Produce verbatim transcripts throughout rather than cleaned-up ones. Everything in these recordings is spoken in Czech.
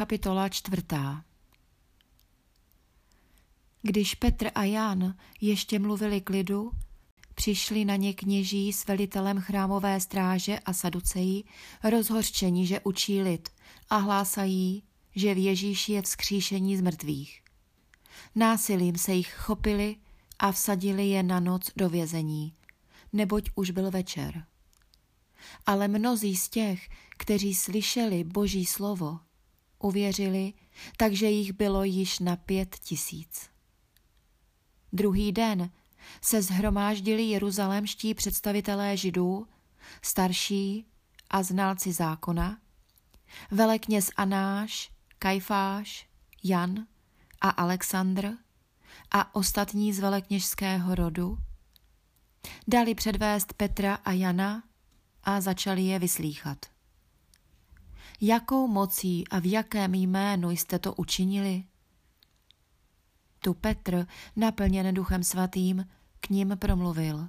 kapitola čtvrtá. Když Petr a Jan ještě mluvili k lidu, přišli na ně kněží s velitelem chrámové stráže a saduceji, rozhořčení, že učí lid, a hlásají, že v Ježíši je vzkříšení z mrtvých. Násilím se jich chopili a vsadili je na noc do vězení, neboť už byl večer. Ale mnozí z těch, kteří slyšeli Boží slovo, uvěřili, takže jich bylo již na pět tisíc. Druhý den se shromáždili jeruzalémští představitelé Židů, starší a znalci zákona, velekněz Anáš, Kajfáš, Jan a Alexandr a ostatní z velekněžského rodu, dali předvést Petra a Jana a začali je vyslýchat. Jakou mocí a v jakém jménu jste to učinili? Tu Petr, naplněn Duchem svatým, k nim promluvil.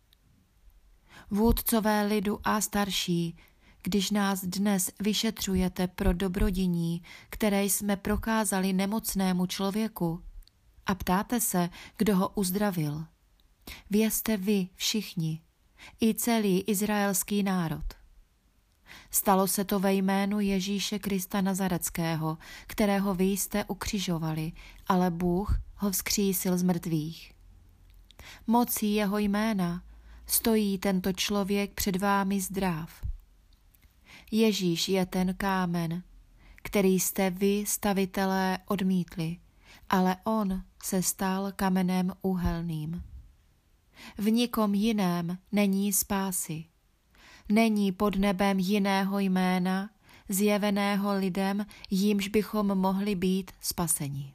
Vůdcové lidu a starší, když nás dnes vyšetřujete pro dobrodiní, které jsme prokázali nemocnému člověku, a ptáte se, kdo ho uzdravil, vězte vy všichni, i celý izraelský národ. Stalo se to ve jménu Ježíše Krista Nazareckého, kterého vy jste ukřižovali, ale Bůh ho vzkřísil z mrtvých. Mocí jeho jména stojí tento člověk před vámi zdrav. Ježíš je ten kámen, který jste vy, stavitelé, odmítli, ale on se stal kamenem úhelným. V nikom jiném není spásy. Není pod nebem jiného jména, zjeveného lidem, jímž bychom mohli být spaseni.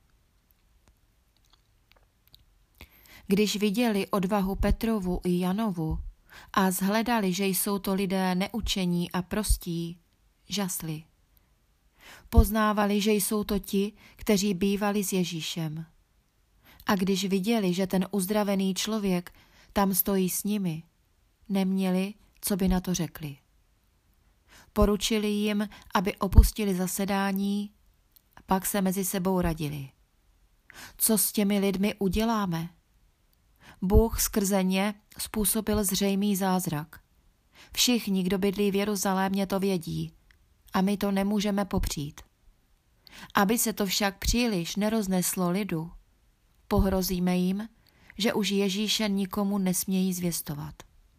Když viděli odvahu Petrovu i Janovu a shledali, že jsou to lidé neučení a prostí, žasli. Poznávali, že jsou to ti, kteří bývali s Ježíšem. A když viděli, že ten uzdravený člověk tam stojí s nimi, neměli, co by na to řekli. Poručili jim, aby opustili zasedání, pak se mezi sebou radili. Co s těmi lidmi uděláme? Bůh skrze ně způsobil zřejmý zázrak. Všichni, kdo bydlí v Jeruzalémě, to vědí a my to nemůžeme popřít. Aby se to však příliš nerozneslo lidu, pohrozíme jim, že už Ježíše nikomu nesmějí zvěstovat.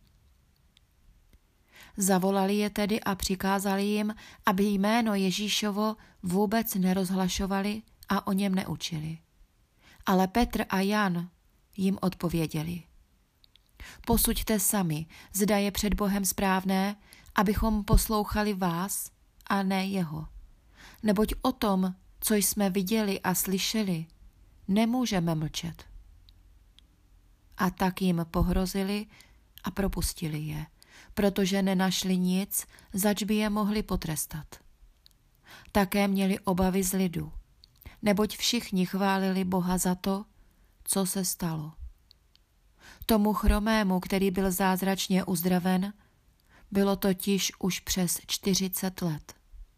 Zavolali je tedy a přikázali jim, aby jméno Ježíšovo vůbec nerozhlašovali a o něm neučili. Ale Petr a Jan jim odpověděli. Posuďte sami, zda je před Bohem správné, abychom poslouchali vás a ne jeho. Neboť o tom, co jsme viděli a slyšeli, nemůžeme mlčet. A tak jim pohrozili a propustili je, protože nenašli nic, zač by je mohli potrestat. Také měli obavy z lidu, neboť všichni chválili Boha za to, co se stalo. Tomu chromému, který byl zázračně uzdraven, bylo totiž už přes čtyřicet let.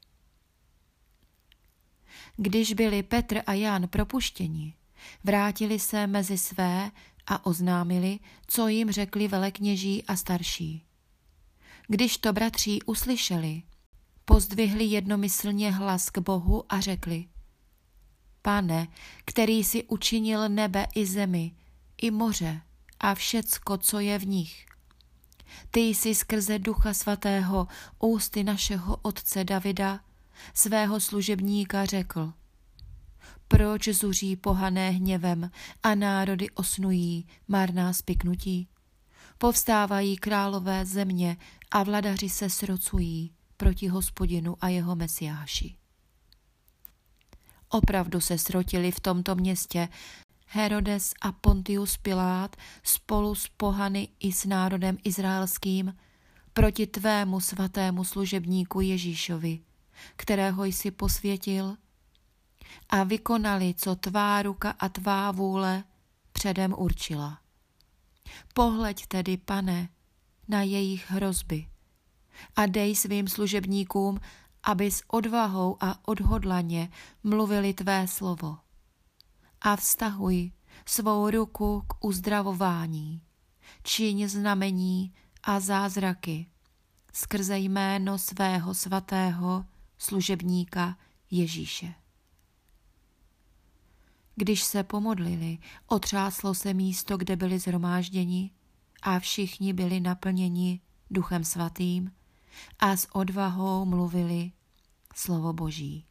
Když byli Petr a Jan propuštěni, vrátili se mezi své a oznámili, co jim řekli velekněží a starší. Když to bratří uslyšeli, pozdvihli jednomyslně hlas k Bohu a řekli: Pane, který jsi učinil nebe i zemi, i moře a všecko, co je v nich. Ty jsi skrze Ducha Svatého ústy našeho otce Davida, svého služebníka, řekl: Proč zuří pohané hněvem a národy osnují marná spiknutí? Povstávají králové země a vladaři se srocují proti Hospodinu a jeho Mesiáši. Opravdu se srotili v tomto městě Herodes a Pontius Pilát spolu s pohany i s národem izraelským proti tvému svatému služebníku Ježíšovi, kterého jsi posvětil, a vykonali, co tvá ruka a tvá vůle předem určila. Pohleď tedy, Pane, na jejich hrozby a dej svým služebníkům, aby s odvahou a odhodlaně mluvili tvé slovo. A vztahuj svou ruku k uzdravování, čiň znamení a zázraky skrze jméno svého svatého služebníka Ježíše. Když se pomodlili, otřáslo se místo, kde byli shromážděni, a všichni byli naplněni Duchem Svatým a s odvahou mluvili slovo Boží.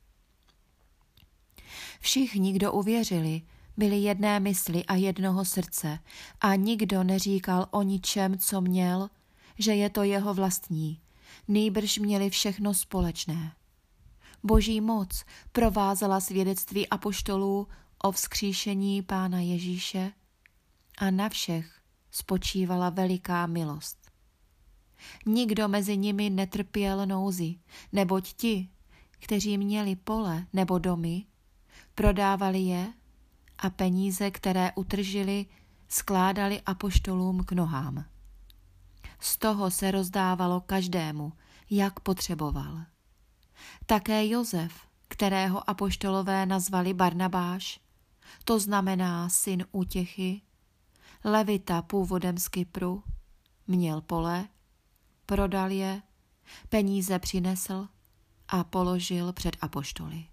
Všichni, kdo uvěřili, byli jedné mysli a jednoho srdce a nikdo neříkal o ničem, co měl, že je to jeho vlastní, nýbrž měli všechno společné. Boží moc provázela svědectví apoštolů o vzkříšení Pána Ježíše a na všech spočívala veliká milost. Nikdo mezi nimi netrpěl nouzi, neboť ti, kteří měli pole nebo domy, prodávali je a peníze, které utržili, skládali apoštolům k nohám. Z toho se rozdávalo každému, jak potřeboval. Také Josef, kterého apoštolové nazvali Barnabáš, to znamená syn útěchy, levita původem z Kypru, měl pole, prodal je, peníze přinesl a položil před apoštoly.